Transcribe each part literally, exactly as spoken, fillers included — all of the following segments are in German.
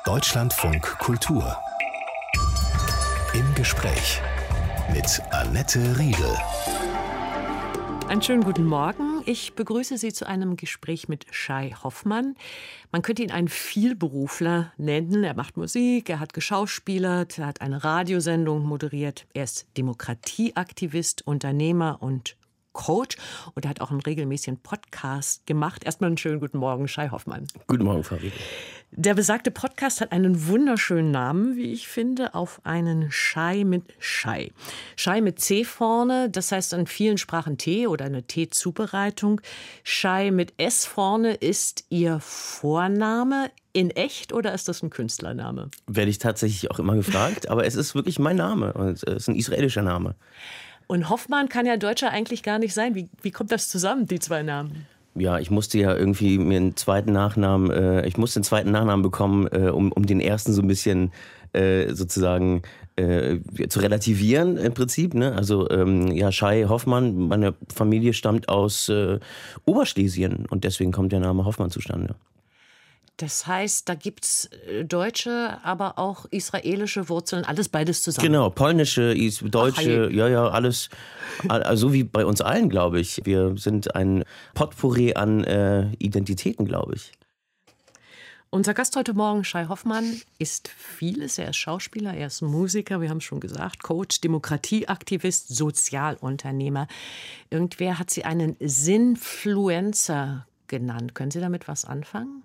Deutschlandfunk Kultur. Im Gespräch mit Annette Riedel. Einen schönen guten Morgen. Ich begrüße Sie zu einem Gespräch mit Shai Hoffmann. Man könnte ihn einen Vielberufler nennen. Er macht Musik, er hat geschauspielert, er hat eine Radiosendung moderiert. Er ist Demokratieaktivist, Unternehmer und Coach und er hat auch einen regelmäßigen Podcast gemacht. Erstmal einen schönen guten Morgen, Shai Hoffmann. Guten Morgen, Frau Riedel. Der besagte Podcast hat einen wunderschönen Namen, wie ich finde, auf einen Shai mit Shai. Shai mit C vorne, das heißt in vielen Sprachen Tee oder eine Teezubereitung. Shai mit S vorne ist Ihr Vorname. In echt oder ist das ein Künstlername? Werde ich tatsächlich auch immer gefragt, aber es ist wirklich mein Name und es ist ein israelischer Name. Und Hoffmann kann ja Deutscher eigentlich gar nicht sein. Wie, wie kommt das zusammen, die zwei Namen? Ja, ich musste ja irgendwie mir einen zweiten Nachnamen, äh, ich musste einen zweiten Nachnamen bekommen, äh, um, um den ersten so ein bisschen äh, sozusagen äh, zu relativieren im Prinzip. Ne? Also ähm, ja, Shai Hoffmann, meine Familie stammt aus äh, Oberschlesien und deswegen kommt der Name Hoffmann zustande. Das heißt, da gibt's deutsche, aber auch israelische Wurzeln, alles beides zusammen. Genau, polnische, deutsche, Ach, ja, ja, alles, also wie bei uns allen, glaube ich. Wir sind ein Potpourri an äh, Identitäten, glaube ich. Unser Gast heute Morgen, Shai Hoffmann, ist vieles. Er ist Schauspieler, er ist Musiker, wir haben es schon gesagt, Coach, Demokratieaktivist, Sozialunternehmer. Irgendwer hat Sie einen Sinfluencer genannt. Können Sie damit was anfangen?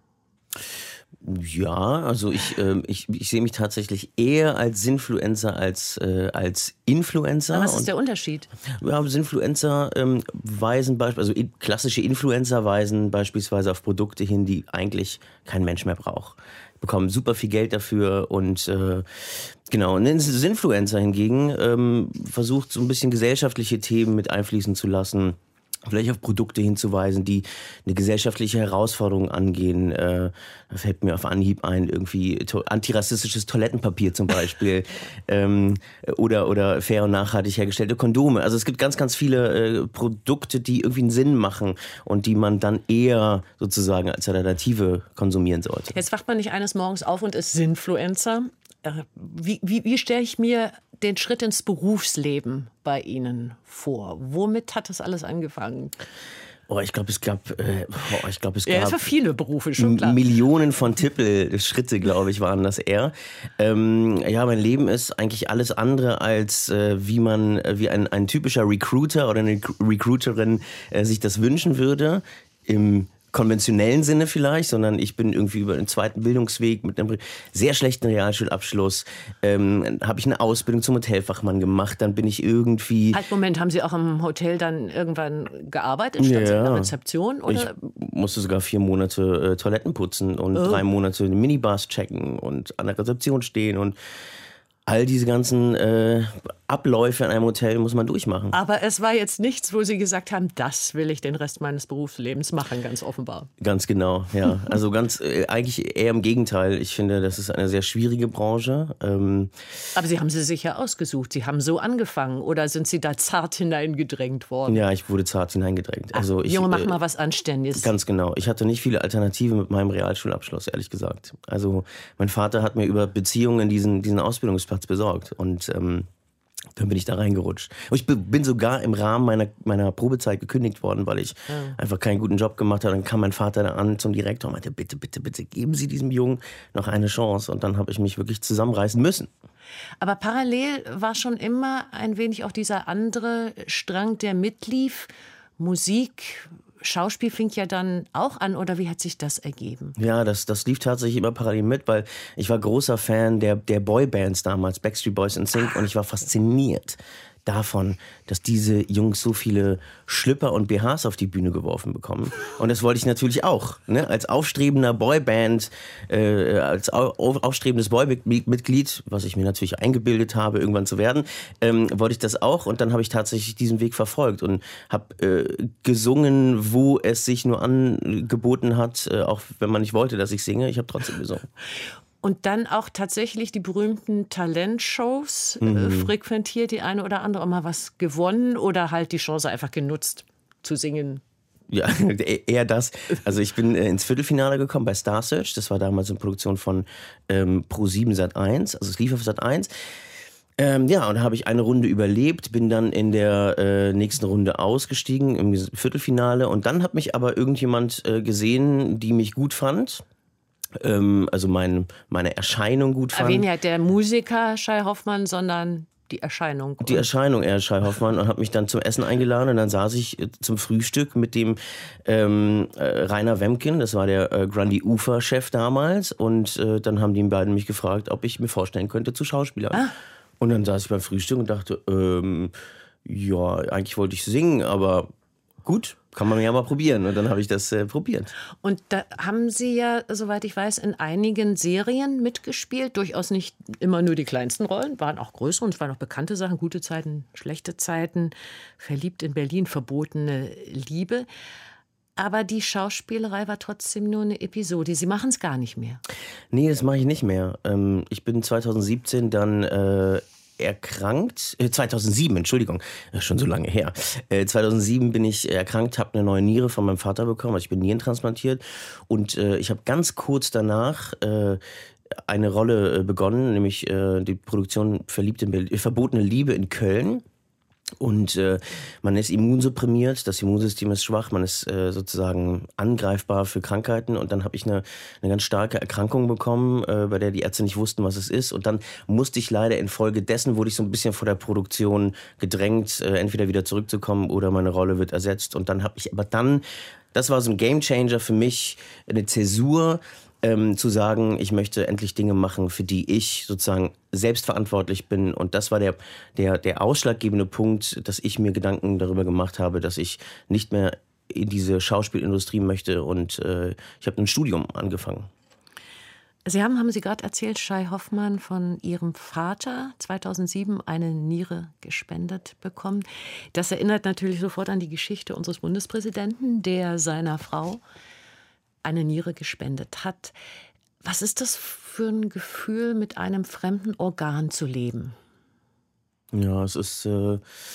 Ja, also ich, äh, ich, ich sehe mich tatsächlich eher als Sinfluencer als, äh, als Influencer. Aber was ist der Unterschied? Ja, Sinfluencer ähm, weisen beispielsweise, also klassische Influencer weisen beispielsweise auf Produkte hin, die eigentlich kein Mensch mehr braucht. Bekommen super viel Geld dafür und äh, genau. Und ein Sinfluencer hingegen ähm, versucht so ein bisschen gesellschaftliche Themen mit einfließen zu lassen. Vielleicht auf Produkte hinzuweisen, die eine gesellschaftliche Herausforderung angehen. Äh, da fällt mir auf Anhieb ein, irgendwie to- antirassistisches Toilettenpapier zum Beispiel ähm, oder, oder fair und nachhaltig hergestellte Kondome. Also es gibt ganz, ganz viele äh, Produkte, die irgendwie einen Sinn machen und die man dann eher sozusagen als Alternative konsumieren sollte. Jetzt wacht man nicht eines Morgens auf und ist Sinfluencer. Wie, wie, wie stelle ich mir den Schritt ins Berufsleben bei Ihnen vor? Womit hat das alles angefangen? Oh, ich glaube, es gab, äh, oh, ich glaube, es ja, gab es war viele Berufe, schon klar. Millionen von Tippelschritte, glaube ich, waren das eher. Ähm, ja, mein Leben ist eigentlich alles andere als äh, wie man, wie ein, ein typischer Recruiter oder eine Recruiterin äh, sich das wünschen würde. Im konventionellen Sinne vielleicht, sondern ich bin irgendwie über einen zweiten Bildungsweg mit einem sehr schlechten Realschulabschluss, ähm, habe ich eine Ausbildung zum Hotelfachmann gemacht, dann bin ich irgendwie... Halt, Moment, haben Sie auch im Hotel dann irgendwann gearbeitet, statt ja. in der Rezeption? Oder? Ich musste sogar vier Monate äh, Toiletten putzen und oh. drei Monate Minibars checken und an der Rezeption stehen und all diese ganzen äh, Abläufe in einem Hotel muss man durchmachen. Aber es war jetzt nichts, wo Sie gesagt haben, das will ich den Rest meines Berufslebens machen, ganz offenbar. Ganz genau, ja. Also ganz äh, eigentlich eher im Gegenteil. Ich finde, das ist eine sehr schwierige Branche. Ähm, Aber Sie haben sie sicher ausgesucht. Sie haben so angefangen. Oder sind Sie da zart hineingedrängt worden? Ja, ich wurde zart hineingedrängt. Ach, also ich, Junge, mach äh, mal was Anständiges. Ganz genau. Ich hatte nicht viele Alternativen mit meinem Realschulabschluss, ehrlich gesagt. Also mein Vater hat mir über Beziehungen diesen, diesen Ausbildungsplatz besorgt. Und ähm, dann bin ich da reingerutscht. Und ich bin sogar im Rahmen meiner, meiner Probezeit gekündigt worden, weil ich ja. einfach keinen guten Job gemacht habe. Dann kam mein Vater da an zum Direktor und meinte, bitte, bitte, bitte, geben Sie diesem Jungen noch eine Chance. Und dann habe ich mich wirklich zusammenreißen müssen. Aber parallel war schon immer ein wenig auch dieser andere Strang, der mitlief. Musik, Schauspiel fing ja dann auch an, oder wie hat sich das ergeben? Ja, das, das lief tatsächlich immer parallel mit, weil ich war großer Fan der, der Boybands damals, Backstreet Boys und Sync, und ich war fasziniert davon, dass diese Jungs so viele Schlüpper und B Hs auf die Bühne geworfen bekommen. Und das wollte ich natürlich auch. Ne? Als aufstrebender Boyband, äh, als au- aufstrebendes Boymitglied, was ich mir natürlich eingebildet habe, irgendwann zu werden, ähm, wollte ich das auch. Und dann habe ich tatsächlich diesen Weg verfolgt und habe äh, gesungen, wo es sich nur angeboten hat, äh, auch wenn man nicht wollte, dass ich singe. Ich habe trotzdem gesungen. Und dann auch tatsächlich die berühmten Talentshows Mhm. äh, frequentiert, die eine oder andere auch mal was gewonnen oder halt die Chance einfach genutzt zu singen? Ja, eher das. Also ich bin ins Viertelfinale gekommen bei Star Search. Das war damals eine Produktion von ähm, Pro sieben Sat eins. Also es lief auf Sat eins. Ähm, ja, und da habe ich eine Runde überlebt, bin dann in der äh, nächsten Runde ausgestiegen im Viertelfinale. Und dann hat mich aber irgendjemand äh, gesehen, die mich gut fand. Ähm, also mein, meine Erscheinung gut fand. Weniger der Musiker Shai Hoffmann, sondern die Erscheinung. Die Erscheinung eher Shai Hoffmann und hat mich dann zum Essen eingeladen und dann saß ich zum Frühstück mit dem ähm, äh, Rainer Wemken, das war der äh, Grundy Ufer-Chef damals und äh, dann haben die beiden mich gefragt, ob ich mir vorstellen könnte zu Schauspielern. Ah. Und dann saß ich beim Frühstück und dachte, ähm, ja, eigentlich wollte ich singen, aber gut, kann man ja mal probieren. Und dann habe ich das äh, probiert. Und da haben Sie ja, soweit ich weiß, in einigen Serien mitgespielt. Durchaus nicht immer nur die kleinsten Rollen, waren auch größere und es waren auch bekannte Sachen. Gute Zeiten, schlechte Zeiten, Verliebt in Berlin, Verbotene Liebe. Aber die Schauspielerei war trotzdem nur eine Episode. Sie machen es gar nicht mehr. Nee, das mache ich nicht mehr. Ähm, ich bin zweitausendsiebzehn dann äh, erkrankt. Äh, zweitausendsieben, Entschuldigung, schon so lange her. Äh, zweitausendsieben bin ich erkrankt, habe eine neue Niere von meinem Vater bekommen. Also ich bin nierentransplantiert. Und äh, ich habe ganz kurz danach äh, eine Rolle äh, begonnen, nämlich äh, die Produktion Verliebt in Berlin, Verbotene Liebe in Köln. Und äh, man ist immunsupprimiert, das Immunsystem ist schwach, man ist äh, sozusagen angreifbar für Krankheiten. Und dann habe ich eine, eine ganz starke Erkrankung bekommen, äh, bei der die Ärzte nicht wussten, was es ist. Und dann musste ich leider infolgedessen, wurde ich so ein bisschen vor der Produktion gedrängt, äh, entweder wieder zurückzukommen oder meine Rolle wird ersetzt. Und dann habe ich aber dann, das war so ein Gamechanger für mich, eine Zäsur, Ähm, zu sagen, ich möchte endlich Dinge machen, für die ich sozusagen selbstverantwortlich bin. Und das war der, der, der ausschlaggebende Punkt, dass ich mir Gedanken darüber gemacht habe, dass ich nicht mehr in diese Schauspielindustrie möchte. Und äh, ich habe ein Studium angefangen. Sie haben, haben Sie gerade erzählt, Shai Hoffmann, von Ihrem Vater zweitausendsieben eine Niere gespendet bekommen. Das erinnert natürlich sofort an die Geschichte unseres Bundespräsidenten, der seiner Frau eine Niere gespendet hat. Was ist das für ein Gefühl, mit einem fremden Organ zu leben? Ja, es ist, äh,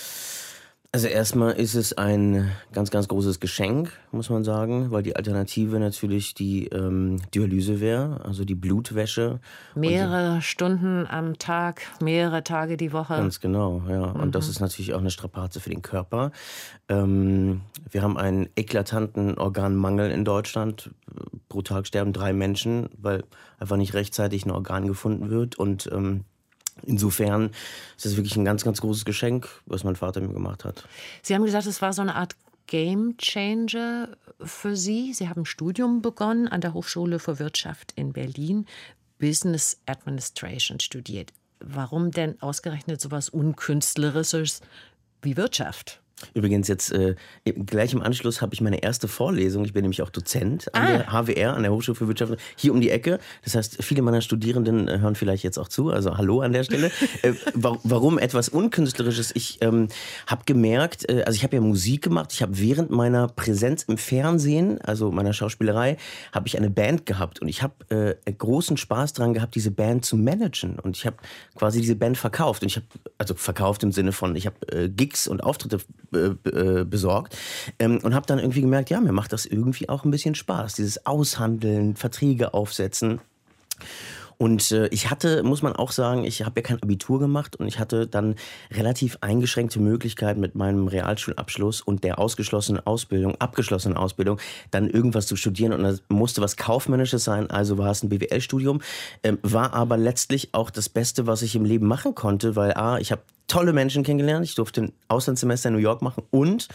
also erstmal ist es ein ganz, ganz großes Geschenk, muss man sagen, weil die Alternative natürlich die ähm, Dialyse wäre, also die Blutwäsche. Mehrere Stunden am Tag, mehrere Tage die Woche. Ganz genau, ja. Und mhm. das ist natürlich auch eine Strapaze für den Körper. Ähm, wir haben einen eklatanten Organmangel in Deutschland. Pro Tag sterben drei Menschen, weil einfach nicht rechtzeitig ein Organ gefunden wird. Und ähm, insofern ist das wirklich ein ganz, ganz großes Geschenk, was mein Vater mir gemacht hat. Sie haben gesagt, es war so eine Art Game Changer für Sie. Sie haben ein Studium begonnen an der Hochschule für Wirtschaft in Berlin, Business Administration studiert. Warum denn ausgerechnet sowas Unkünstlerisches wie Wirtschaft? Übrigens jetzt äh, gleich im Anschluss habe ich meine erste Vorlesung. Ich bin nämlich auch Dozent an ah. der H W R, an der Hochschule für Wirtschaft, hier um die Ecke. Das heißt, viele meiner Studierenden äh, hören vielleicht jetzt auch zu. Also hallo an der Stelle. äh, wa- warum etwas Unkünstlerisches? Ich ähm, habe gemerkt, äh, also ich habe ja Musik gemacht. Ich habe während meiner Präsenz im Fernsehen, also meiner Schauspielerei, habe ich eine Band gehabt. Und ich habe äh, großen Spaß daran gehabt, diese Band zu managen. Und ich habe quasi diese Band verkauft. Und ich habe, also verkauft im Sinne von, ich habe äh, Gigs und Auftritte besorgt ähm, und habe dann irgendwie gemerkt, ja, mir macht das irgendwie auch ein bisschen Spaß, dieses Aushandeln, Verträge aufsetzen. Und äh, ich hatte, muss man auch sagen, ich habe ja kein Abitur gemacht und ich hatte dann relativ eingeschränkte Möglichkeiten mit meinem Realschulabschluss und der ausgeschlossenen Ausbildung, abgeschlossenen Ausbildung, dann irgendwas zu studieren und das musste was Kaufmännisches sein, also war es ein B W L-Studium, ähm, war aber letztlich auch das Beste, was ich im Leben machen konnte, weil A, ich habe tolle Menschen kennengelernt, ich durfte ein Auslandssemester in New York machen und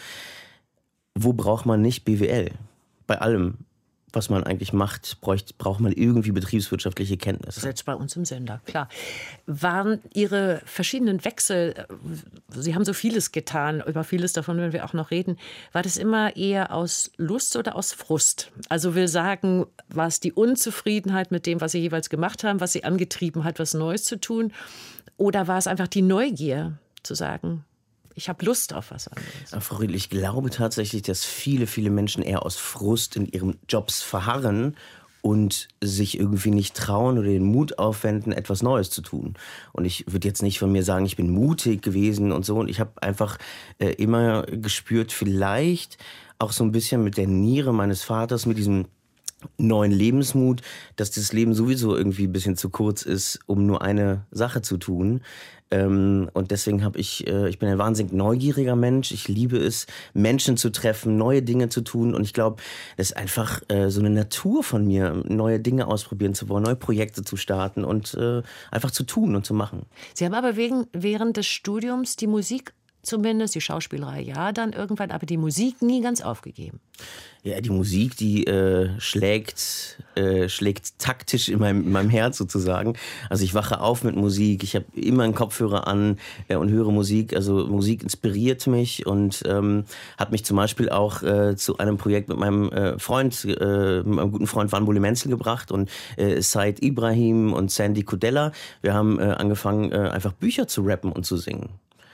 wo braucht man nicht B W L? Bei allem, was man eigentlich macht, bräucht, braucht man irgendwie betriebswirtschaftliche Kenntnisse. Selbst bei uns im Sender, klar. Waren Ihre verschiedenen Wechsel, Sie haben so vieles getan, über vieles davon werden wir auch noch reden, war das immer eher aus Lust oder aus Frust? Also will sagen, war es die Unzufriedenheit mit dem, was Sie jeweils gemacht haben, was Sie angetrieben hat, was Neues zu tun? Oder war es einfach die Neugier, zu sagen, ich habe Lust auf was anderes? Ja, Frau Riedl, ich glaube tatsächlich, dass viele, viele Menschen eher aus Frust in ihren Jobs verharren und sich irgendwie nicht trauen oder den Mut aufwenden, etwas Neues zu tun. Und ich würde jetzt nicht von mir sagen, ich bin mutig gewesen und so. Und ich habe einfach äh, immer gespürt, vielleicht auch so ein bisschen mit der Niere meines Vaters, mit diesem neuen Lebensmut, dass das Leben sowieso irgendwie ein bisschen zu kurz ist, um nur eine Sache zu tun. Ähm, und deswegen habe ich, äh, ich bin ein wahnsinnig neugieriger Mensch. Ich liebe es, Menschen zu treffen, neue Dinge zu tun. Und ich glaube, das ist einfach äh, so eine Natur von mir, neue Dinge ausprobieren zu wollen, neue Projekte zu starten und äh, einfach zu tun und zu machen. Sie haben aber wegen, während des Studiums die Musik zumindest, die Schauspielerei ja dann irgendwann, aber die Musik nie ganz aufgegeben. Ja, die Musik, die äh, schlägt, äh, schlägt taktisch in meinem, in meinem Herz sozusagen. Also ich wache auf mit Musik, ich habe immer einen Kopfhörer an äh, und höre Musik. Also Musik inspiriert mich und ähm, hat mich zum Beispiel auch äh, zu einem Projekt mit meinem äh, Freund, äh, mit meinem guten Freund Wanbole Menzel gebracht und äh, Said Ibrahim und Sandy Kudella. Wir haben äh, angefangen, äh, einfach Bücher zu rappen und zu singen.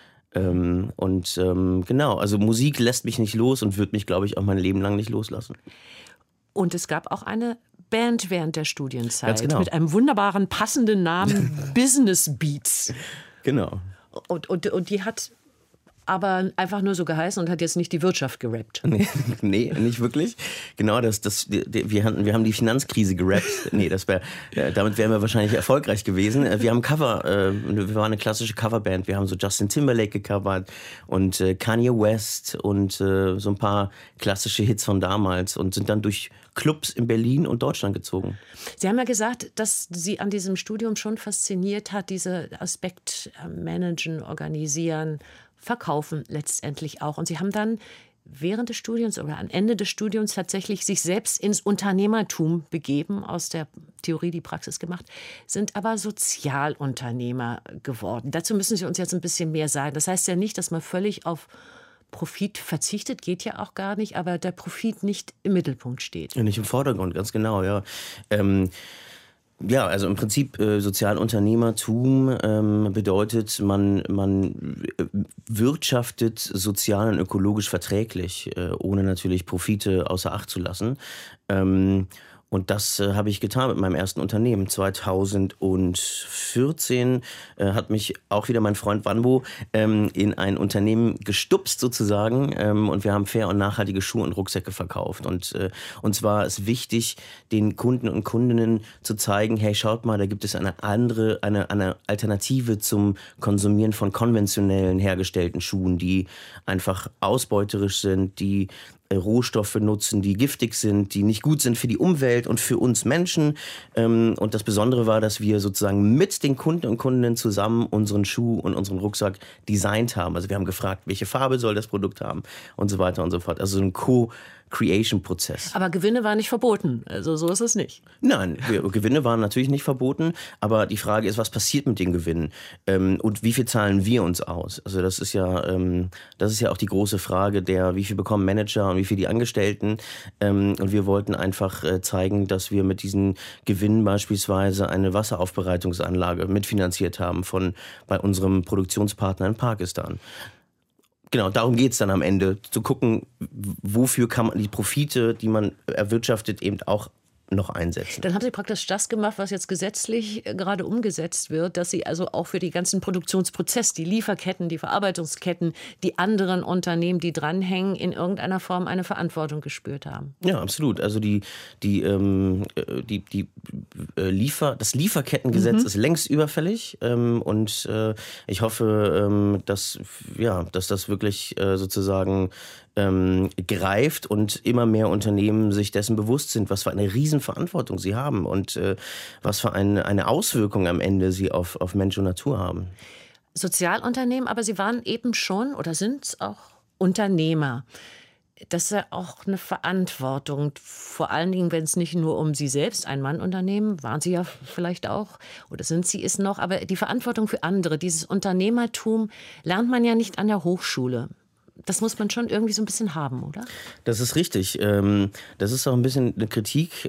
Ähm, und ähm, genau, also Musik lässt mich nicht los und wird mich, glaube ich, auch mein Leben lang nicht loslassen. Und es gab auch eine Band während der Studienzeit. Ganz genau. Mit einem wunderbaren, passenden Namen Business Beats. Genau. Und, und, und die hat aber einfach nur so geheißen und hat jetzt nicht die Wirtschaft gerappt. Nee, nee, nicht wirklich. Genau, das, das, die, die, wir, hatten, wir haben die Finanzkrise gerappt. Nee, das wär, äh, damit wären wir wahrscheinlich erfolgreich gewesen. Wir haben Cover, äh, wir waren eine klassische Coverband. Wir haben so Justin Timberlake gecovert und äh, Kanye West und äh, so ein paar klassische Hits von damals und sind dann durch Clubs in Berlin und Deutschland gezogen. Sie haben ja gesagt, dass Sie an diesem Studium schon fasziniert hat, dieser Aspekt äh, managen, organisieren, verkaufen letztendlich auch. Und Sie haben dann während des Studiums oder am Ende des Studiums tatsächlich sich selbst ins Unternehmertum begeben, aus der Theorie die Praxis gemacht, sind aber Sozialunternehmer geworden. Dazu müssen Sie uns jetzt ein bisschen mehr sagen. Das heißt ja nicht, dass man völlig auf Profit verzichtet, geht ja auch gar nicht, aber der Profit nicht im Mittelpunkt steht. Ja, nicht im Vordergrund, ganz genau, ja. Ähm Ja, also im Prinzip äh, Sozialunternehmertum ähm, bedeutet, man, man wirtschaftet sozial und ökologisch verträglich, äh, ohne natürlich Profite außer Acht zu lassen. Ähm, Und das äh, habe ich getan mit meinem ersten Unternehmen. zweitausendvierzehn äh, hat mich auch wieder mein Freund Wanbo ähm, in ein Unternehmen gestupst sozusagen. Ähm, und wir haben fair und nachhaltige Schuhe und Rucksäcke verkauft. Und äh, uns war es wichtig, den Kunden und Kundinnen zu zeigen, hey, schaut mal, da gibt es eine andere, eine, eine Alternative zum Konsumieren von konventionellen hergestellten Schuhen, die einfach ausbeuterisch sind, die Rohstoffe nutzen, die giftig sind, die nicht gut sind für die Umwelt und für uns Menschen. Und das Besondere war, dass wir sozusagen mit den Kunden und Kundinnen zusammen unseren Schuh und unseren Rucksack designt haben. Also wir haben gefragt, welche Farbe soll das Produkt haben und so weiter und so fort. Also so ein Co-Creation-Prozess. Aber Gewinne waren nicht verboten. Also so ist es nicht. Nein, wir, Gewinne waren natürlich nicht verboten. Aber die Frage ist, was passiert mit den Gewinnen? Ähm, und wie viel zahlen wir uns aus? Also das ist ja, ähm, das ist ja auch die große Frage der, wie viel bekommen Manager und wie viel die Angestellten. Ähm, und wir wollten einfach äh, zeigen, dass wir mit diesen Gewinnen beispielsweise eine Wasseraufbereitungsanlage mitfinanziert haben von bei unserem Produktionspartner in Pakistan. Genau, darum geht es dann am Ende, zu gucken, wofür kann man die Profite, die man erwirtschaftet, eben auch noch einsetzen. Dann haben Sie praktisch das gemacht, was jetzt gesetzlich gerade umgesetzt wird, dass Sie also auch für die ganzen Produktionsprozesse, die Lieferketten, die Verarbeitungsketten, die anderen Unternehmen, die dranhängen, in irgendeiner Form eine Verantwortung gespürt haben. Ja, absolut. Also die, die, ähm, die, die äh, Liefer, das Lieferkettengesetz mhm. ist längst überfällig ähm, und äh, ich hoffe, ähm, dass, ja, dass das wirklich äh, sozusagen ähm, greift und immer mehr Unternehmen sich dessen bewusst sind, was für eine Riesenverantwortung sie haben und äh, was für eine, eine Auswirkung am Ende sie auf, auf Mensch und Natur haben. Sozialunternehmen, aber Sie waren eben schon oder sind auch Unternehmer. Das ist ja auch eine Verantwortung, vor allen Dingen, wenn es nicht nur um Sie selbst, ein Mann-Unternehmen, waren Sie ja vielleicht auch, oder sind Sie es noch, aber die Verantwortung für andere, dieses Unternehmertum lernt man ja nicht an der Hochschule. Das muss man schon irgendwie so ein bisschen haben, oder? Das ist richtig. Das ist auch ein bisschen eine Kritik,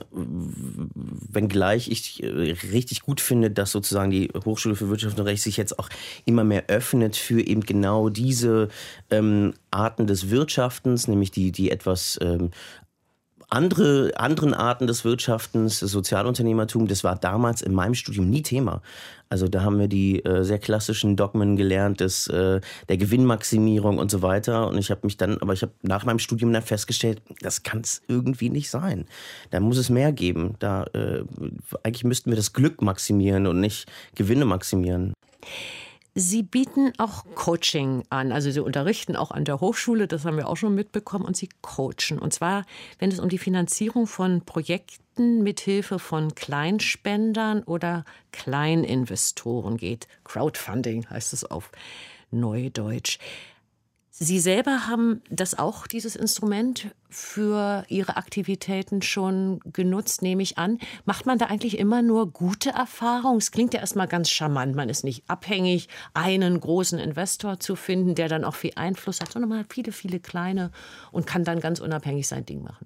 wenngleich ich richtig gut finde, dass sozusagen die Hochschule für Wirtschaft und Recht sich jetzt auch immer mehr öffnet für eben genau diese Arten des Wirtschaftens, nämlich die, die etwas andere, anderen Arten des Wirtschaftens, des Sozialunternehmertum, das war damals in meinem Studium nie Thema. Also da haben wir die äh, sehr klassischen Dogmen gelernt, des, äh, der Gewinnmaximierung und so weiter. Und ich habe mich dann, aber ich habe nach meinem Studium dann festgestellt, das kann es irgendwie nicht sein. Da muss es mehr geben. Da äh, eigentlich müssten wir das Glück maximieren und nicht Gewinne maximieren. Sie bieten auch Coaching an, also Sie unterrichten auch an der Hochschule, das haben wir auch schon mitbekommen, und Sie coachen. Und zwar, wenn es um die Finanzierung von Projekten mithilfe von Kleinspendern oder Kleininvestoren geht. Crowdfunding heißt es auf Neudeutsch. Sie selber haben das auch, dieses Instrument, für Ihre Aktivitäten schon genutzt, nehme ich an. Macht man da eigentlich immer nur gute Erfahrungen? Es klingt ja erstmal ganz charmant. Man ist nicht abhängig, einen großen Investor zu finden, der dann auch viel Einfluss hat, sondern man hat viele, viele kleine und kann dann ganz unabhängig sein Ding machen.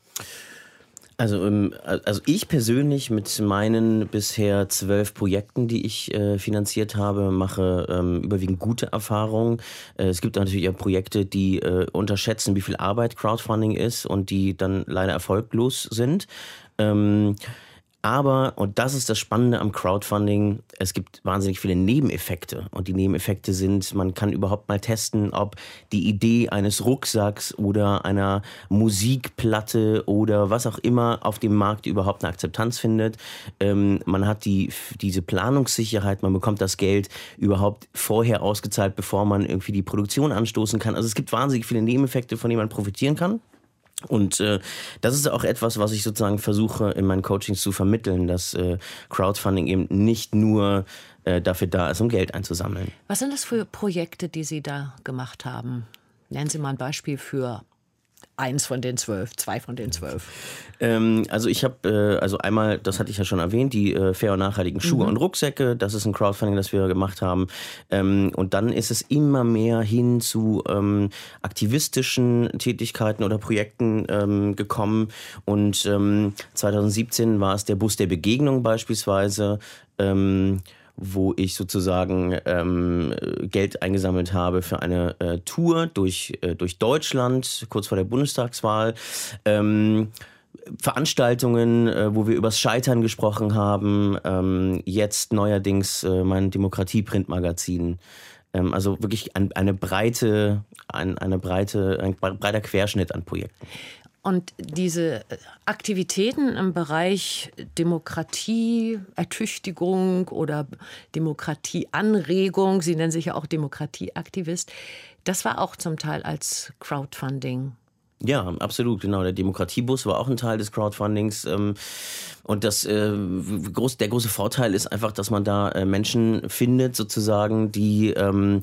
Also, also ich persönlich mit meinen bisher zwölf Projekten, die ich äh, finanziert habe, mache ähm, überwiegend gute Erfahrungen. Äh, es gibt natürlich auch Projekte, die äh, unterschätzen, wie viel Arbeit Crowdfunding ist und die dann leider erfolglos sind. Ähm, Aber, und das ist das Spannende am Crowdfunding, es gibt wahnsinnig viele Nebeneffekte. Und die Nebeneffekte sind, man kann überhaupt mal testen, ob die Idee eines Rucksacks oder einer Musikplatte oder was auch immer auf dem Markt überhaupt eine Akzeptanz findet. Ähm, man hat die, diese Planungssicherheit, man bekommt das Geld überhaupt vorher ausgezahlt, bevor man irgendwie die Produktion anstoßen kann. Also es gibt wahnsinnig viele Nebeneffekte, von denen man profitieren kann. Und äh, das ist auch etwas, was ich sozusagen versuche in meinen Coachings zu vermitteln, dass äh, Crowdfunding eben nicht nur äh, dafür da ist, um Geld einzusammeln. Was sind das für Projekte, die Sie da gemacht haben? Nennen Sie mal ein Beispiel für eins von den zwölf, zwei von den zwölf. Ähm, also ich habe, äh, also einmal, das hatte ich ja schon erwähnt, die äh, fair und nachhaltigen Schuhe mhm. und Rucksäcke. Das ist ein Crowdfunding, das wir gemacht haben. Ähm, und dann ist es immer mehr hin zu ähm, aktivistischen Tätigkeiten oder Projekten ähm, gekommen. Und ähm, zwanzig siebzehn war es der Bus der Begegnung beispielsweise, ähm, wo ich sozusagen ähm, Geld eingesammelt habe für eine äh, Tour durch, äh, durch Deutschland, kurz vor der Bundestagswahl. Ähm, Veranstaltungen, äh, wo wir übers Scheitern gesprochen haben. Ähm, jetzt neuerdings äh, mein Demokratie-Printmagazin. Ähm, also wirklich ein, eine breite, ein, eine breite, ein breiter Querschnitt an Projekten. Und diese Aktivitäten im Bereich Demokratieertüchtigung oder Demokratieanregung, Sie nennen sich ja auch Demokratieaktivist, das war auch zum Teil als Crowdfunding. Ja, absolut, genau. Der Demokratiebus war auch ein Teil des Crowdfundings. Und das, äh, groß, der große Vorteil ist einfach, dass man da äh, Menschen findet, sozusagen, die ähm,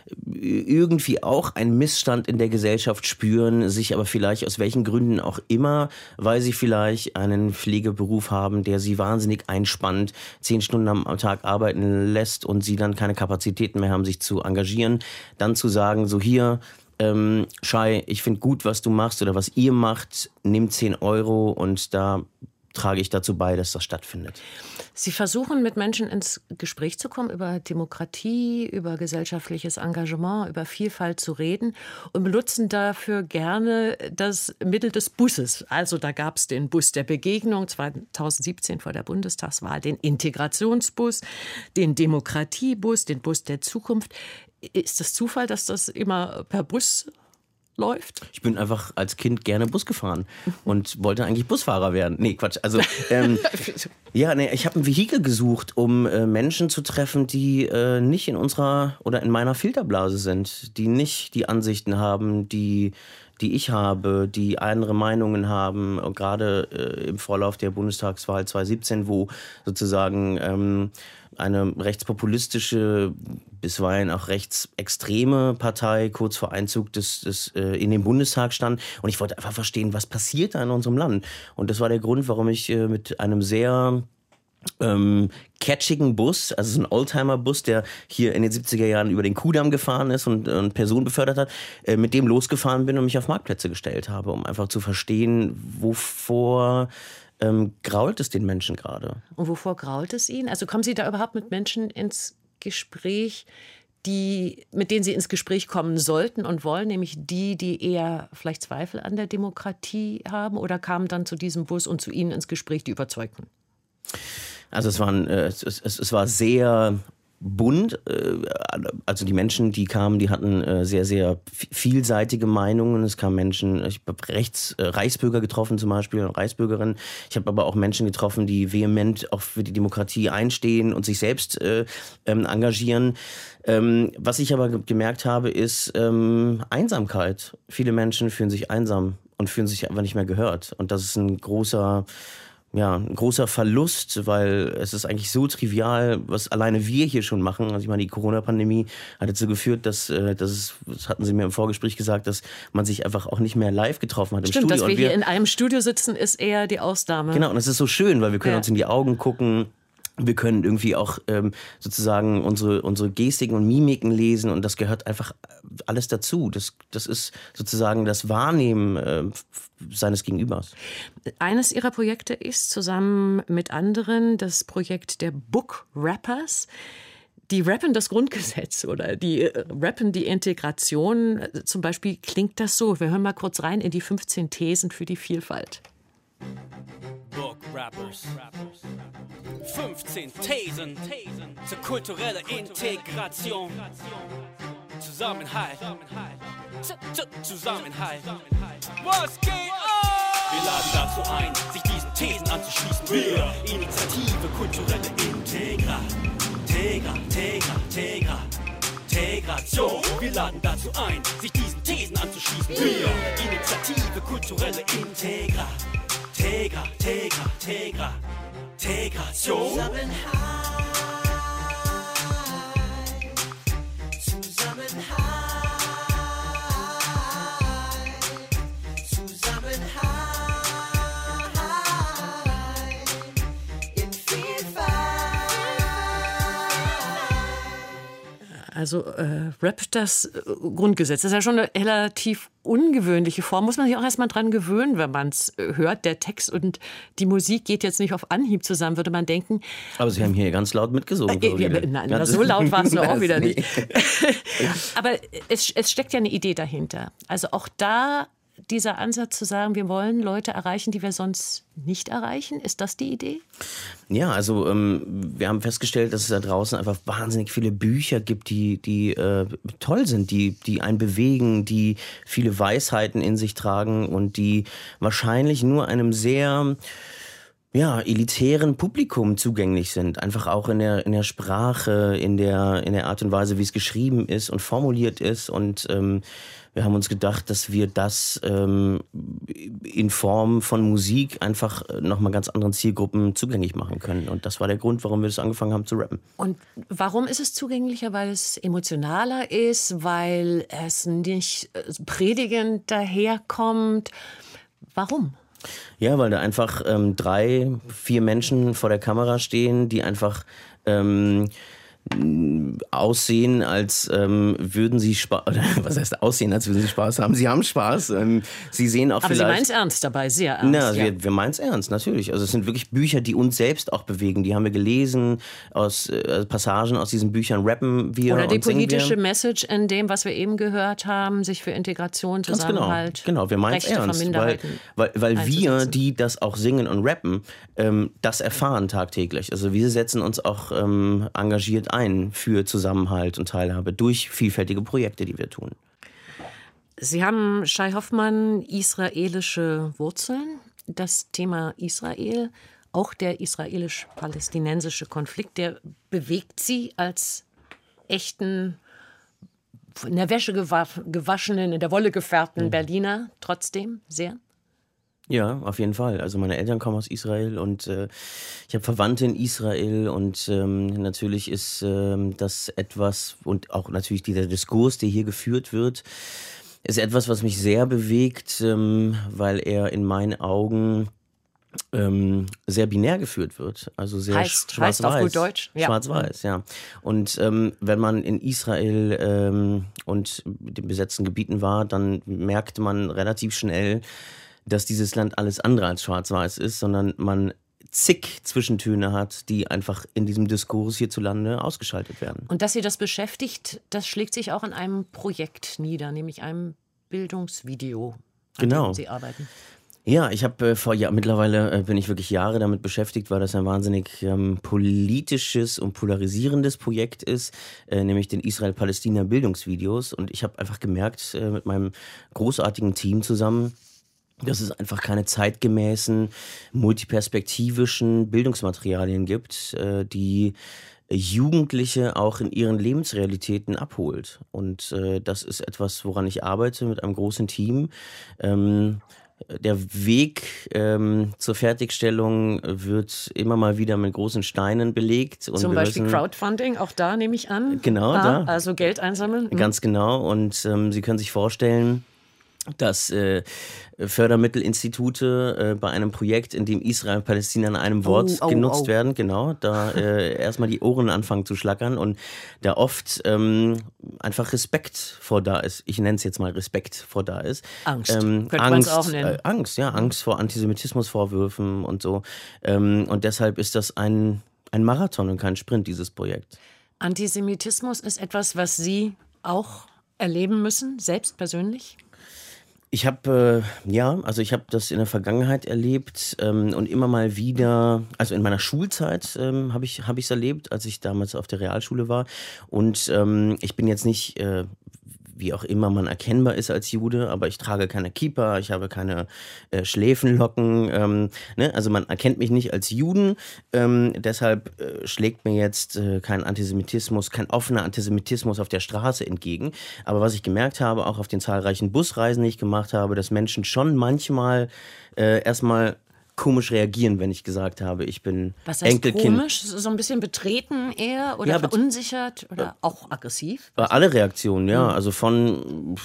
irgendwie auch einen Missstand in der Gesellschaft spüren, sich aber vielleicht aus welchen Gründen auch immer, weil sie vielleicht einen Pflegeberuf haben, der sie wahnsinnig einspannt, zehn Stunden am Tag arbeiten lässt und sie dann keine Kapazitäten mehr haben, sich zu engagieren, dann zu sagen, so hier, ähm, Shai, ich finde gut, was du machst oder was ihr macht, nimm zehn Euro und da trage ich dazu bei, dass das stattfindet. Sie versuchen, mit Menschen ins Gespräch zu kommen, über Demokratie, über gesellschaftliches Engagement, über Vielfalt zu reden und benutzen dafür gerne das Mittel des Busses. Also da gab es den Bus der Begegnung zwanzig siebzehn vor der Bundestagswahl, den Integrationsbus, den Demokratiebus, den Bus der Zukunft. Ist das Zufall, dass das immer per Bus läuft? Ich bin einfach als Kind gerne Bus gefahren und wollte eigentlich Busfahrer werden. Nee, Quatsch. Also, ähm, ja, nee, ich habe ein Vehikel gesucht, um äh, Menschen zu treffen, die äh, nicht in unserer oder in meiner Filterblase sind, die nicht die Ansichten haben, die die ich habe, die andere Meinungen haben, und gerade äh, im Vorlauf der Bundestagswahl zwanzig siebzehn, wo sozusagen ähm, eine rechtspopulistische, bisweilen auch rechtsextreme Partei kurz vor Einzug des, des, äh, in den Bundestag stand. Und ich wollte einfach verstehen, was passiert da in unserem Land. Und das war der Grund, warum ich äh, mit einem sehr ähm, catchigen Bus, also so ein Oldtimer-Bus, der hier in den siebziger Jahren über den Kudamm gefahren ist und, und Personen befördert hat, äh, mit dem losgefahren bin und mich auf Marktplätze gestellt habe, um einfach zu verstehen, wovor ähm, grault es den Menschen gerade. Und wovor grault es ihnen? Also kommen Sie da überhaupt mit Menschen ins Gespräch, die, mit denen Sie ins Gespräch kommen sollten und wollen, nämlich die, die eher vielleicht Zweifel an der Demokratie haben, oder kamen dann zu diesem Bus und zu Ihnen ins Gespräch die Überzeugten? Also es, waren, äh, es, es, es war sehr bunt. Äh, also die Menschen, die kamen, die hatten äh, sehr, sehr vielseitige Meinungen. Es kamen Menschen, ich habe rechts äh, Reichsbürger getroffen zum Beispiel, Reichsbürgerinnen. Ich habe aber auch Menschen getroffen, die vehement auch für die Demokratie einstehen und sich selbst äh, ähm, engagieren. Ähm, was ich aber gemerkt habe, ist ähm, Einsamkeit. Viele Menschen fühlen sich einsam und fühlen sich einfach nicht mehr gehört. Und das ist ein großer Ja, ein großer Verlust, weil es ist eigentlich so trivial, was alleine wir hier schon machen. Also ich meine, die Corona-Pandemie hat dazu geführt, dass, äh, dass es, das hatten Sie mir im Vorgespräch gesagt, dass man sich einfach auch nicht mehr live getroffen hat im Stimmt, Studio. dass wir, und wir hier in einem Studio sitzen, ist eher die Ausnahme. Genau, und es ist so schön, weil wir können Ja. uns in die Augen gucken. Wir können irgendwie auch ähm, sozusagen unsere, unsere Gestiken und Mimiken lesen, und das gehört einfach alles dazu. Das, das ist sozusagen das Wahrnehmen äh, seines Gegenübers. Eines Ihrer Projekte ist zusammen mit anderen das Projekt der Book Rappers. Die rappen das Grundgesetz oder die rappen die Integration. Zum Beispiel klingt das so. Wir hören mal kurz rein in die fünfzehn Thesen für die Vielfalt. Book Rappers. fünfzehn Thesen zur kulturellen Integration. Zusammenhalt. Z- Z- Zusammenhalt. Was geht ab? Wir laden dazu ein, sich diesen Thesen anzuschließen. Wir, Initiative kulturelle Integra. Tegra, Tegra, Tegra. Integration. Wir laden dazu ein, sich diesen Thesen anzuschließen. Wir, Initiative kulturelle Integra. Tegra, Tegra, Tegra, Integration. Zusammenhalt, Zusammenhalt, Zusammenhalt in Vielfalt. Also äh, rappt das äh, Grundgesetz. Das ist ja schon eine relativ ungewöhnliche Form. Muss man sich auch erstmal dran gewöhnen, wenn man es hört. Der Text und die Musik geht jetzt nicht auf Anhieb zusammen, würde man denken. Aber Sie haben hier ganz laut mitgesungen. Äh, ja, nein, na, so laut war es nur auch wieder nicht. Aber es, es steckt ja eine Idee dahinter. Also auch da dieser Ansatz zu sagen, wir wollen Leute erreichen, die wir sonst nicht erreichen. Ist das die Idee? Ja, also ähm, wir haben festgestellt, dass es da draußen einfach wahnsinnig viele Bücher gibt, die, die äh, toll sind, die, die einen bewegen, die viele Weisheiten in sich tragen und die wahrscheinlich nur einem sehr ja, elitären Publikum zugänglich sind. Einfach auch in der, in der Sprache, in der, in der Art und Weise, wie es geschrieben ist und formuliert ist. Und ähm, wir haben uns gedacht, dass wir das ähm, in Form von Musik einfach nochmal ganz anderen Zielgruppen zugänglich machen können. Und das war der Grund, warum wir das angefangen haben zu rappen. Und warum ist es zugänglicher? Weil es emotionaler ist, weil es nicht predigend daherkommt. Warum? Ja, weil da einfach ähm, drei, vier Menschen vor der Kamera stehen, die einfach ähm, aussehen, als ähm, würden sie Spaß, was heißt aussehen, als würden sie Spaß haben? Sie haben Spaß. Ähm, sie sehen auch Aber vielleicht... Sie meinen es ernst dabei, sehr ernst. Na, ja. wir, wir meinen es ernst, natürlich. Also es sind wirklich Bücher, die uns selbst auch bewegen. Die haben wir gelesen, aus äh, Passagen aus diesen Büchern rappen wir Oder die und singen politische wir. Message in dem, was wir eben gehört haben, sich für Integration, Ganz Zusammenhalt, genau, genau, wir meinen es Rechte von ernst, weil, Minderheiten weil, weil wir, einzusetzen. die das auch singen und rappen, ähm, das erfahren tagtäglich. Also wir setzen uns auch ähm, engagiert ein für Zusammenhalt und Teilhabe durch vielfältige Projekte, die wir tun. Sie haben, Shai Hoffmann, israelische Wurzeln. Das Thema Israel, auch der israelisch-palästinensische Konflikt, der bewegt Sie als echten, in der Wäsche gewaschenen, in der Wolle gefärbten Berliner trotzdem sehr? Ja, auf jeden Fall. Also meine Eltern kommen aus Israel und äh, ich habe Verwandte in Israel und ähm, natürlich ist ähm, das etwas und auch natürlich dieser Diskurs, der hier geführt wird, ist etwas, was mich sehr bewegt, ähm, weil er in meinen Augen ähm, sehr binär geführt wird. Also sehr Heißt- schwarz-weiß. heißt auf gut Deutsch, ja. Schwarz-weiß, ja. Und ähm, wenn man in Israel ähm, und den besetzten Gebieten war, dann merkte man relativ schnell, dass dieses Land alles andere als schwarz-weiß ist, sondern man zig Zwischentöne hat, die einfach in diesem Diskurs hierzulande ausgeschaltet werden. Und dass Sie das beschäftigt, das schlägt sich auch in einem Projekt nieder, nämlich einem Bildungsvideo, an Genau. dem Sie arbeiten. Ja, ich habe äh, vor ja mittlerweile äh, bin ich wirklich Jahre damit beschäftigt, weil das ein wahnsinnig ähm, politisches und polarisierendes Projekt ist, äh, nämlich den Israel-Palästina-Bildungsvideos. Und ich habe einfach gemerkt äh, mit meinem großartigen Team zusammen, dass es einfach keine zeitgemäßen, multiperspektivischen Bildungsmaterialien gibt, äh, die Jugendliche auch in ihren Lebensrealitäten abholt. Und äh, das ist etwas, woran ich arbeite mit einem großen Team. Ähm, Der Weg ähm, zur Fertigstellung wird immer mal wieder mit großen Steinen belegt. Und Zum wir Beispiel müssen, Crowdfunding, auch da nehme ich an. Genau, ah, da. Also Geld einsammeln. Mhm. Ganz genau. Und ähm, Sie können sich vorstellen, dass äh, Fördermittelinstitute äh, bei einem Projekt, in dem Israel und Palästina in einem Wort Oh, oh, genutzt oh. werden, genau, da äh, erstmal die Ohren anfangen zu schlackern und da oft ähm, einfach Respekt vor da ist. Ich nenne es jetzt mal Respekt vor da ist. Angst, Ähm, könnte man es Angst, auch nennen. Äh, Angst, ja, Angst vor Antisemitismusvorwürfen und so. Ähm, und deshalb ist das ein, ein Marathon und kein Sprint, dieses Projekt. Antisemitismus ist etwas, was Sie auch erleben müssen, selbst persönlich? Ich habe, äh, ja, also ich habe das in der Vergangenheit erlebt ähm, und immer mal wieder, also in meiner Schulzeit ähm, habe ich habe ich es erlebt, als ich damals auf der Realschule war. Und ähm, ich bin jetzt nicht, äh, wie auch immer man erkennbar ist als Jude, aber ich trage keine Kippa, ich habe keine äh, Schläfenlocken, ähm, ne? Also man erkennt mich nicht als Juden, ähm, deshalb äh, schlägt mir jetzt äh, kein Antisemitismus, kein offener Antisemitismus auf der Straße entgegen. Aber was ich gemerkt habe, auch auf den zahlreichen Busreisen, die ich gemacht habe, dass Menschen schon manchmal äh, erstmal komisch reagieren, wenn ich gesagt habe, ich bin Was heißt Enkelkind. komisch? So ein bisschen betreten eher oder Ja, bet- verunsichert oder auch aggressiv? Äh, Alle Reaktionen, ja. Also von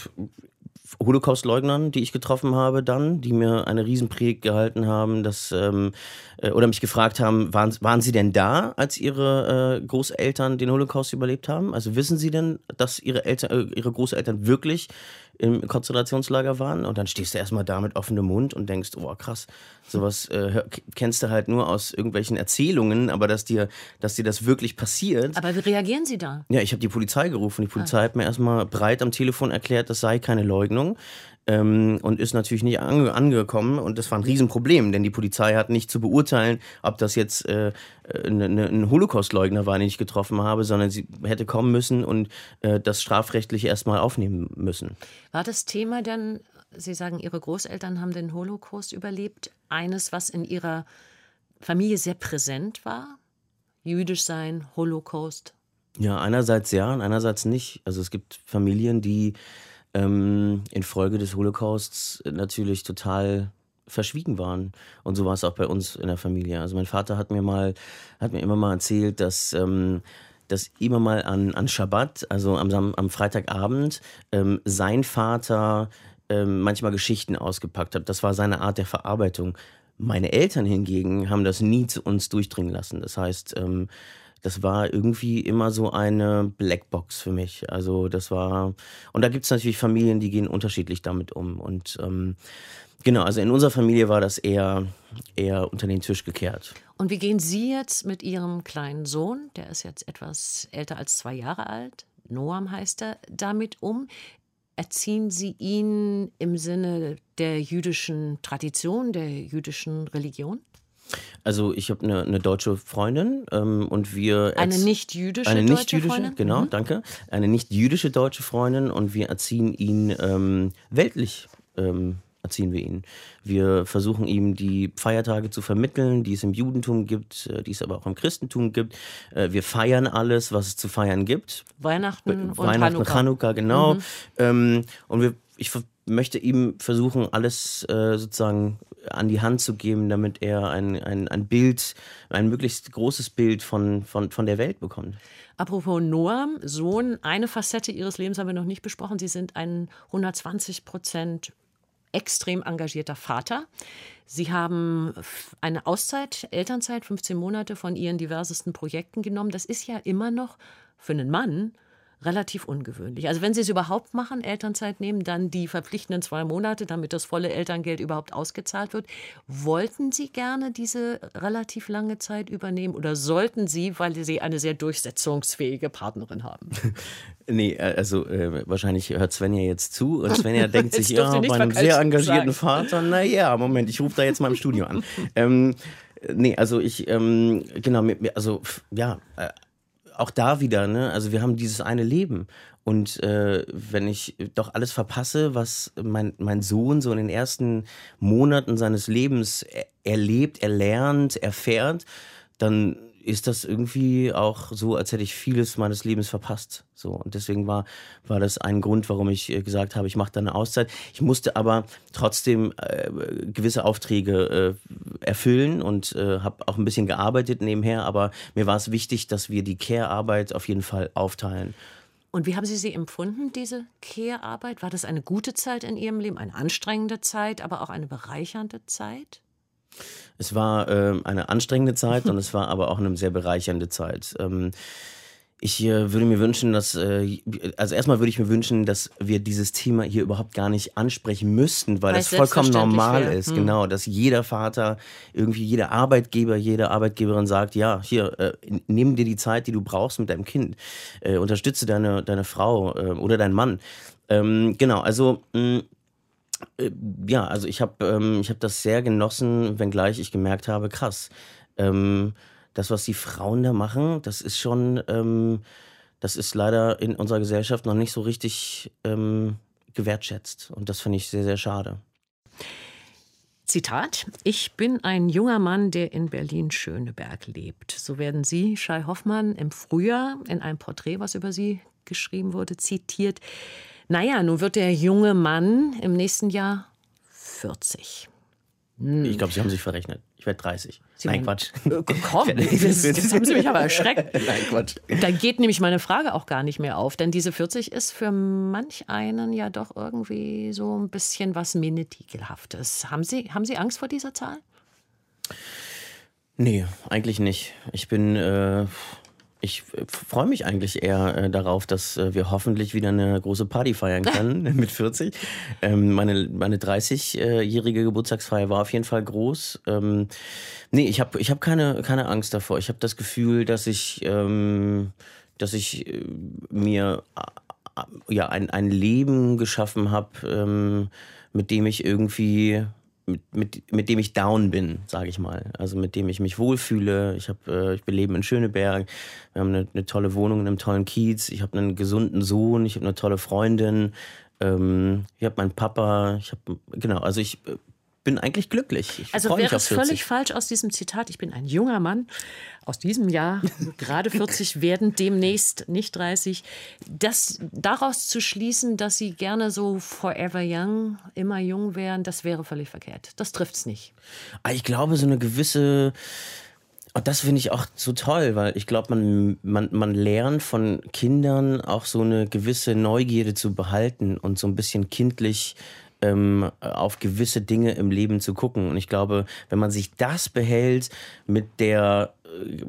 Holocaust-Leugnern, die ich getroffen habe dann, die mir eine Riesenpredigt gehalten haben, dass, ähm, äh, oder mich gefragt haben, waren, waren sie denn da, als ihre äh, Großeltern den Holocaust überlebt haben? Also wissen sie denn, dass ihre, Eltern, äh, ihre Großeltern wirklich im Konzentrationslager waren? Und dann stehst du erstmal da mit offenem Mund und denkst, oh krass, sowas äh, hör- kennst du halt nur aus irgendwelchen Erzählungen, aber dass dir, dass dir das wirklich passiert. Aber wie reagieren Sie da? Ja, ich habe die Polizei gerufen. Die Polizei hat mir erstmal breit am Telefon erklärt, das sei keine Leugnung. Ähm, und ist natürlich nicht ange angekommen. Und das war ein Riesenproblem, denn die Polizei hat nicht zu beurteilen, ob das jetzt äh, ne, ne, ein Holocaust-Leugner war, den ich getroffen habe, sondern sie hätte kommen müssen und äh, das strafrechtlich erstmal aufnehmen müssen. War das Thema denn, Sie sagen, Ihre Großeltern haben den Holocaust überlebt, eines, was in Ihrer Familie sehr präsent war? Jüdisch sein, Holocaust? Ja, einerseits ja und einerseits nicht. Also es gibt Familien, die ähm, infolge des Holocausts natürlich total verschwiegen waren. Und so war es auch bei uns in der Familie. Also mein Vater hat mir mal, hat mir immer mal erzählt, dass ähm, dass immer mal an, an Schabbat, also am, Sam- am Freitagabend, ähm, sein Vater ähm, manchmal Geschichten ausgepackt hat. Das war seine Art der Verarbeitung. Meine Eltern hingegen haben das nie zu uns durchdringen lassen. Das heißt, ähm, das war irgendwie immer so eine Blackbox für mich. Also das war, und da gibt es natürlich Familien, die gehen unterschiedlich damit um. Und ähm, genau, also in unserer Familie war das eher, eher unter den Tisch gekehrt. Und wie gehen Sie jetzt mit Ihrem kleinen Sohn, der ist jetzt etwas älter als zwei Jahre alt, Noam heißt er, damit um? Erziehen Sie ihn im Sinne der jüdischen Tradition, der jüdischen Religion? Also ich habe eine, eine deutsche Freundin ähm, und wir... Eine erz- nicht-jüdische Eine deutsche nicht-jüdische, Freundin? genau, Mhm. danke. Eine nicht-jüdische deutsche Freundin und wir erziehen ihn ähm, weltlich, ähm, erziehen wir ihn. Wir versuchen ihm die Feiertage zu vermitteln, die es im Judentum gibt, äh, die es aber auch im Christentum gibt. Äh, wir feiern alles, was es zu feiern gibt. Weihnachten und Weihnachten, Hanukkah. Chanukka, genau. Mhm. Ähm, und wir, ich ver- möchte ihm versuchen, alles äh, sozusagen an die Hand zu geben, damit er ein, ein, ein Bild, ein möglichst großes Bild von, von, von der Welt bekommt. Apropos Noam, Sohn, eine Facette Ihres Lebens haben wir noch nicht besprochen. Sie sind ein hundertzwanzig Prozent extrem engagierter Vater. Sie haben f- eine Auszeit, Elternzeit, fünfzehn Monate von Ihren diversesten Projekten genommen. Das ist ja immer noch für einen Mann relativ ungewöhnlich. Also wenn Sie es überhaupt machen, Elternzeit nehmen, dann die verpflichtenden zwei Monate, damit das volle Elterngeld überhaupt ausgezahlt wird. Wollten Sie gerne diese relativ lange Zeit übernehmen oder sollten Sie, weil Sie eine sehr durchsetzungsfähige Partnerin haben? Nee, also äh, wahrscheinlich hört Svenja jetzt zu und Svenja denkt sich, ja, dürfte nicht bei einem falsch sehr engagierten sagen. Vater, naja, Moment, ich rufe da jetzt mal im Studio an. ähm, nee, also ich, ähm, genau, mit mir, also ja, äh, auch da wieder, ne? Also wir haben dieses eine Leben. Und äh, wenn ich doch alles verpasse, was mein, mein Sohn so in den ersten Monaten seines Lebens er, erlebt, erlernt, erfährt, dann ist das irgendwie auch so, als hätte ich vieles meines Lebens verpasst. So, und deswegen war, war das ein Grund, warum ich gesagt habe, ich mache da eine Auszeit. Ich musste aber trotzdem äh, gewisse Aufträge äh, erfüllen und äh, habe auch ein bisschen gearbeitet nebenher, aber mir war es wichtig, dass wir die Care-Arbeit auf jeden Fall aufteilen. Und wie haben Sie sie empfunden, diese Care-Arbeit? War das eine gute Zeit in Ihrem Leben, eine anstrengende Zeit, aber auch eine bereichernde Zeit? Es war äh, eine anstrengende Zeit und es war aber auch eine sehr bereichernde Zeit. Ähm, ich äh, würde mir wünschen, dass, äh, also erstmal würde ich mir wünschen, dass wir dieses Thema hier überhaupt gar nicht ansprechen müssten, weil, weil es vollkommen normal wäre. ist, hm. genau, dass jeder Vater, irgendwie jeder Arbeitgeber, jede Arbeitgeberin sagt, ja, hier, äh, nimm dir die Zeit, die du brauchst mit deinem Kind, äh, unterstütze deine, deine Frau äh, oder deinen Mann. Ähm, genau, also mh, ja, also ich habe ähm, ich hab das sehr genossen, wenngleich ich gemerkt habe, krass, ähm, das, was die Frauen da machen, das ist schon, ähm, das ist leider in unserer Gesellschaft noch nicht so richtig ähm, gewertschätzt. Und das finde ich sehr, sehr schade. Zitat: Ich bin ein junger Mann, der in Berlin-Schöneberg lebt. So werden Sie, Shai Hoffmann, im Frühjahr in einem Porträt, was über Sie geschrieben wurde, zitiert. Naja, nun wird der junge Mann im nächsten Jahr vierzig. Hm. Ich glaube, Sie haben sich verrechnet. Ich werde dreißig. Sie Nein, meinen, Quatsch. Äh, komm, das, das haben Sie mich aber erschreckt. Nein, Quatsch. Da geht nämlich meine Frage auch gar nicht mehr auf, denn diese vierzig ist für manch einen ja doch irgendwie so ein bisschen was Minetikelhaftes. Haben Sie, haben Sie Angst vor dieser Zahl? Nee, eigentlich nicht. Ich bin... Äh Ich freue mich eigentlich eher äh, darauf, dass äh, wir hoffentlich wieder eine große Party feiern können mit vierzig. Ähm, meine, meine dreißigjährige Geburtstagsfeier war auf jeden Fall groß. Ähm, nee, ich habe ich hab keine, keine Angst davor. Ich habe das Gefühl, dass ich, ähm, dass ich äh, mir äh, ja, ein, ein Leben geschaffen habe, ähm, mit dem ich irgendwie... Mit, mit, mit dem ich down bin, sage ich mal. Also mit dem ich mich wohlfühle. Ich, hab, äh, ich lebe in Schöneberg. Wir haben eine, eine tolle Wohnung in einem tollen Kiez. Ich habe einen gesunden Sohn. Ich habe eine tolle Freundin. Ähm, ich habe meinen Papa. Ich habe genau. Also ich äh, bin eigentlich glücklich. Ich also wäre es völlig falsch aus diesem Zitat. Ich bin ein junger Mann aus diesem Jahr, gerade vierzig, werden demnächst nicht dreißig. Das daraus zu schließen, dass Sie gerne so forever young, immer jung wären, das wäre völlig verkehrt. Das trifft's nicht. Ich glaube, so eine gewisse... Und das finde ich auch so toll, weil ich glaube, man, man, man lernt von Kindern auch so eine gewisse Neugierde zu behalten und so ein bisschen kindlich ähm, auf gewisse Dinge im Leben zu gucken. Und ich glaube, wenn man sich das behält mit der äh,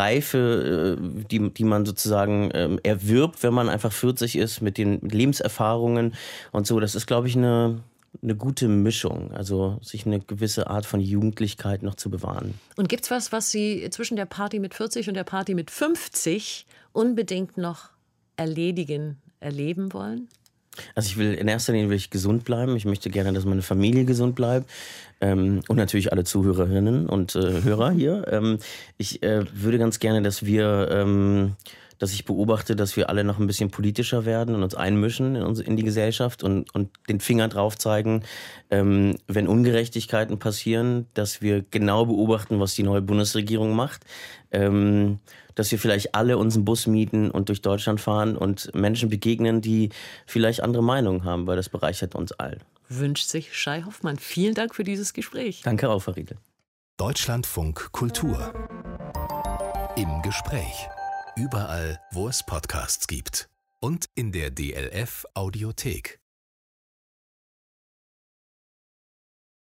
Reife, äh, die, die man sozusagen äh, erwirbt, wenn man einfach vierzig ist, mit den Lebenserfahrungen und so, das ist, glaube ich, eine... eine gute Mischung, also sich eine gewisse Art von Jugendlichkeit noch zu bewahren. Und gibt's was, was Sie zwischen der Party mit vierzig und der Party mit fünfzig unbedingt noch erledigen, erleben wollen? Also ich will in erster Linie will ich gesund bleiben. Ich möchte gerne, dass meine Familie gesund bleibt ähm, und natürlich alle Zuhörerinnen und äh, Hörer hier. Ähm, ich äh, würde ganz gerne, dass wir ähm, dass ich beobachte, dass wir alle noch ein bisschen politischer werden und uns einmischen in, uns, in die Gesellschaft und, und den Finger drauf zeigen, ähm, wenn Ungerechtigkeiten passieren, dass wir genau beobachten, was die neue Bundesregierung macht, ähm, dass wir vielleicht alle unseren Bus mieten und durch Deutschland fahren und Menschen begegnen, die vielleicht andere Meinungen haben, weil das bereichert uns allen. Wünscht sich Shai Hoffmann. Vielen Dank für dieses Gespräch. Danke auch, Frau Riedel. Deutschlandfunk Kultur. Im Gespräch. Überall, wo es Podcasts gibt. Und in der D L F Audiothek.